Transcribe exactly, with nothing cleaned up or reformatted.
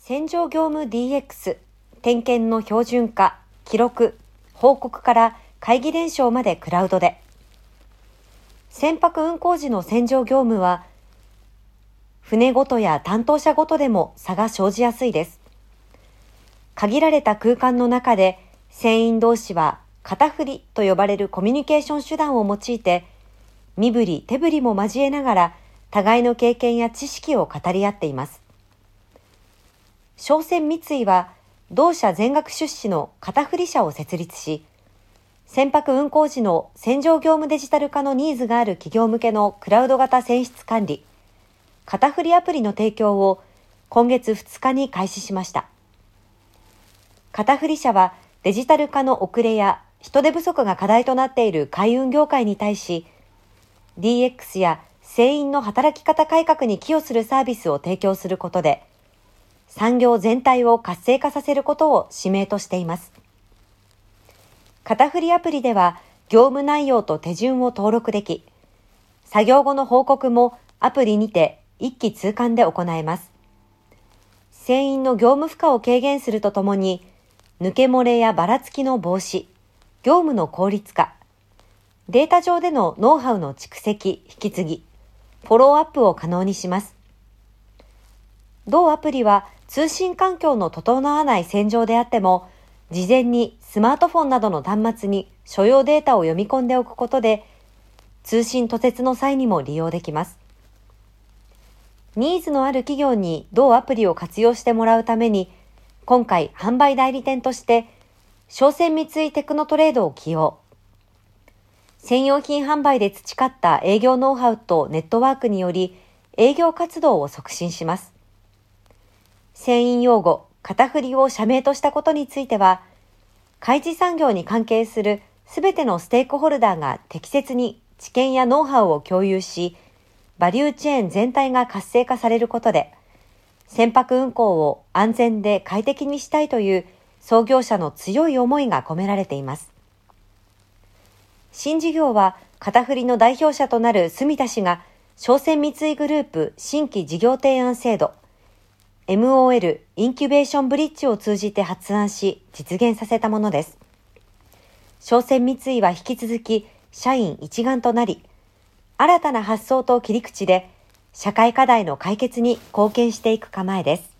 船上業務 ディーエックス、点検の標準化、記録、報告から会議伝承までクラウドで。船舶運航時の船上業務は、船ごとや担当者ごとでも差が生じやすいです。限られた空間の中で、船員同士は肩振りと呼ばれるコミュニケーション手段を用いて、身振り手振りも交えながら、互いの経験や知識を語り合っています。商船三井は、同社全額出資の肩振り社を設立し、船舶運航時の船上業務デジタル化のニーズがある企業向けのクラウド型船室管理、肩振りアプリの提供を今月ふつかに開始しました。肩振り社はデジタル化の遅れや人手不足が課題となっている海運業界に対し、ディーエックス や船員の働き方改革に寄与するサービスを提供することで、産業全体を活性化させることを使命としています。肩振りアプリでは業務内容と手順を登録でき、作業後の報告もアプリにて一気通貫で行えます。船員の業務負荷を軽減するとともに、抜け漏れやばらつきの防止、業務の効率化、データ上でのノウハウの蓄積、引き継ぎ、フォローアップを可能にします。同アプリは通信環境の整わない船上であっても、事前にスマートフォンなどの端末に所要データを読み込んでおくことで、通信途絶の際にも利用できます。ニーズのある企業に同アプリを活用してもらうために、今回販売代理店として、商船三井テクノトレードを起用。専用品販売で培った営業ノウハウとネットワークにより、営業活動を促進します。船員用語、肩振りを社名としたことについては、海事産業に関係するすべてのステークホルダーが適切に知見やノウハウを共有し、バリューチェーン全体が活性化されることで、船舶運航を安全で快適にしたいという創業者の強い思いが込められています。新事業は肩振りの代表者となる住田氏が商船三井グループ新規事業提案制度 エムオーエル インキュベーションブリッジを通じて発案し実現させたものです。商船三井は引き続き社員一丸となり、新たな発想と切り口で社会課題の解決に貢献していく構えです。